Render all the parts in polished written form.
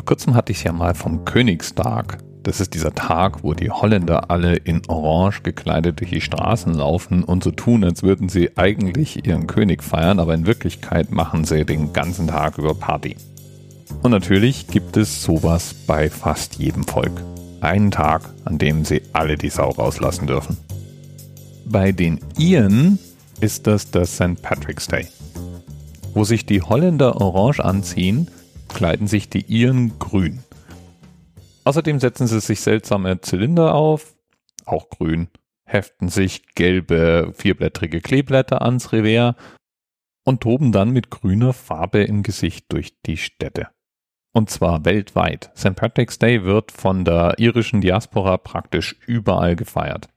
Vor kurzem hatte ich es ja mal vom Königstag. Das ist dieser Tag, wo die Holländer alle in Orange gekleidet durch die Straßen laufen und so tun, als würden sie eigentlich ihren König feiern, aber in Wirklichkeit machen sie den ganzen Tag über Party. Und natürlich gibt es sowas bei fast jedem Volk. Einen Tag, an dem sie alle die Sau rauslassen dürfen. Bei den Iren ist das der St. Patrick's Day. Wo sich die Holländer orange anziehen, kleiden sich die Iren grün. Außerdem setzen sie sich seltsame Zylinder auf, auch grün, heften sich gelbe vierblättrige Kleeblätter ans Revers und toben dann mit grüner Farbe im Gesicht durch die Städte. Und zwar weltweit. St. Patrick's Day wird von der irischen Diaspora praktisch überall gefeiert.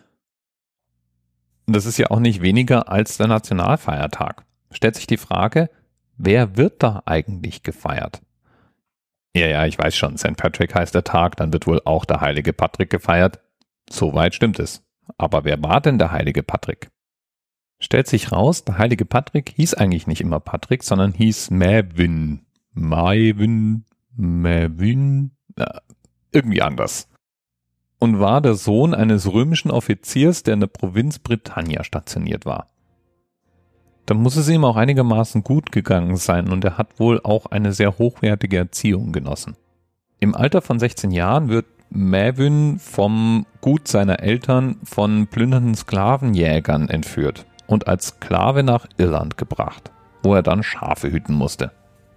Und das ist ja auch nicht weniger als der Nationalfeiertag. Stellt sich die Frage, wer wird da eigentlich gefeiert? Ja, ich weiß schon, St. Patrick heißt der Tag, dann wird wohl auch der heilige Patrick gefeiert. Soweit stimmt es. Aber wer war denn der heilige Patrick? Stellt sich raus, der heilige Patrick hieß eigentlich nicht immer Patrick, sondern hieß Maewyn, irgendwie anders. Und war der Sohn eines römischen Offiziers, der in der Provinz Britannia stationiert war. Dann muss es ihm auch einigermaßen gut gegangen sein und er hat wohl auch eine sehr hochwertige Erziehung genossen. Im Alter von 16 Jahren wird Maewyn vom Gut seiner Eltern von plündernden Sklavenjägern entführt und als Sklave nach Irland gebracht, wo er dann Schafe hüten musste.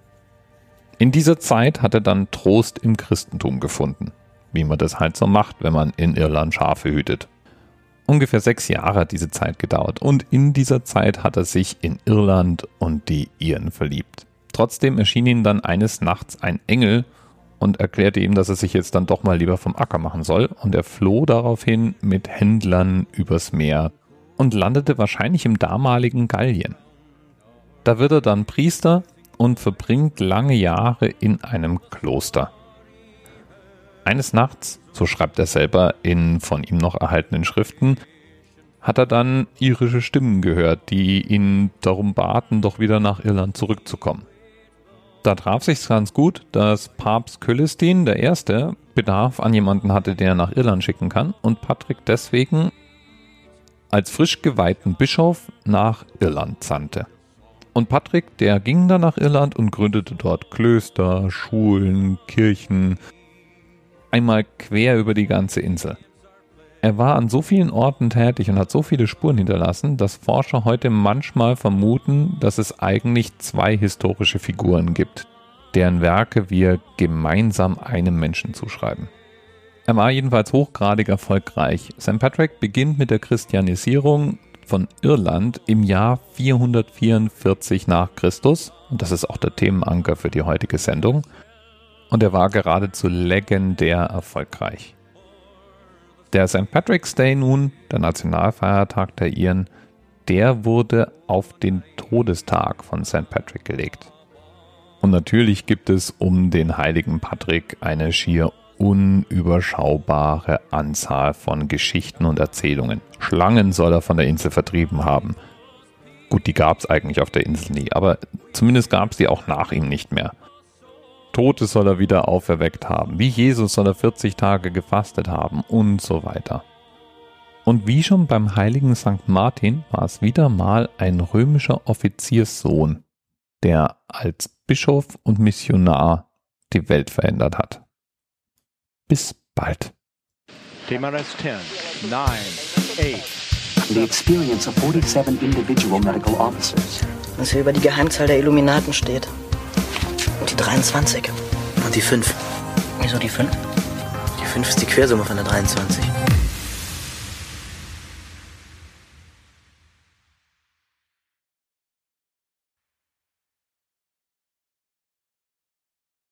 In dieser Zeit hat er dann Trost im Christentum gefunden, wie man das halt so macht, wenn man in Irland Schafe hütet. Ungefähr 6 Jahre hat diese Zeit gedauert und in dieser Zeit hat er sich in Irland und die Iren verliebt. Trotzdem erschien ihm dann eines Nachts ein Engel und erklärte ihm, dass er sich jetzt dann doch mal lieber vom Acker machen soll und er floh daraufhin mit Händlern übers Meer und landete wahrscheinlich im damaligen Gallien. Da wird er dann Priester und verbringt lange Jahre in einem Kloster. Eines Nachts, so schreibt er selber in von ihm noch erhaltenen Schriften, hat er dann irische Stimmen gehört, die ihn darum baten, doch wieder nach Irland zurückzukommen. Da traf sich's ganz gut, dass Papst Cölestin I. Bedarf an jemanden hatte, den er nach Irland schicken kann und Patrick deswegen als frisch geweihten Bischof nach Irland sandte. Und Patrick, der ging dann nach Irland und gründete dort Klöster, Schulen, Kirchen, einmal quer über die ganze Insel. Er war an so vielen Orten tätig und hat so viele Spuren hinterlassen, dass Forscher heute manchmal vermuten, dass es eigentlich 2 historische Figuren gibt, deren Werke wir gemeinsam einem Menschen zuschreiben. Er war jedenfalls hochgradig erfolgreich. St. Patrick beginnt mit der Christianisierung von Irland im Jahr 444 nach Christus und das ist auch der Themenanker für die heutige Sendung. Und er war geradezu legendär erfolgreich. Der St. Patrick's Day nun, der Nationalfeiertag der Iren, der wurde auf den Todestag von St. Patrick gelegt. Und natürlich gibt es um den heiligen Patrick eine schier unüberschaubare Anzahl von Geschichten und Erzählungen. Schlangen soll er von der Insel vertrieben haben. Gut, die gab es eigentlich auf der Insel nie, aber zumindest gab es die auch nach ihm nicht mehr. Tote soll er wieder auferweckt haben, wie Jesus soll er 40 Tage gefastet haben und so weiter. Und wie schon beim heiligen St. Martin war es wieder mal ein römischer Offizierssohn, der als Bischof und Missionar die Welt verändert hat. Bis bald. TMRS 10, 9, 8. The experience of 47 individual medical officers. Was hier über die Geheimzahl der Illuminaten steht. Und die 23. Und die 5. Wieso die 5? Die 5 ist die Quersumme von der 23.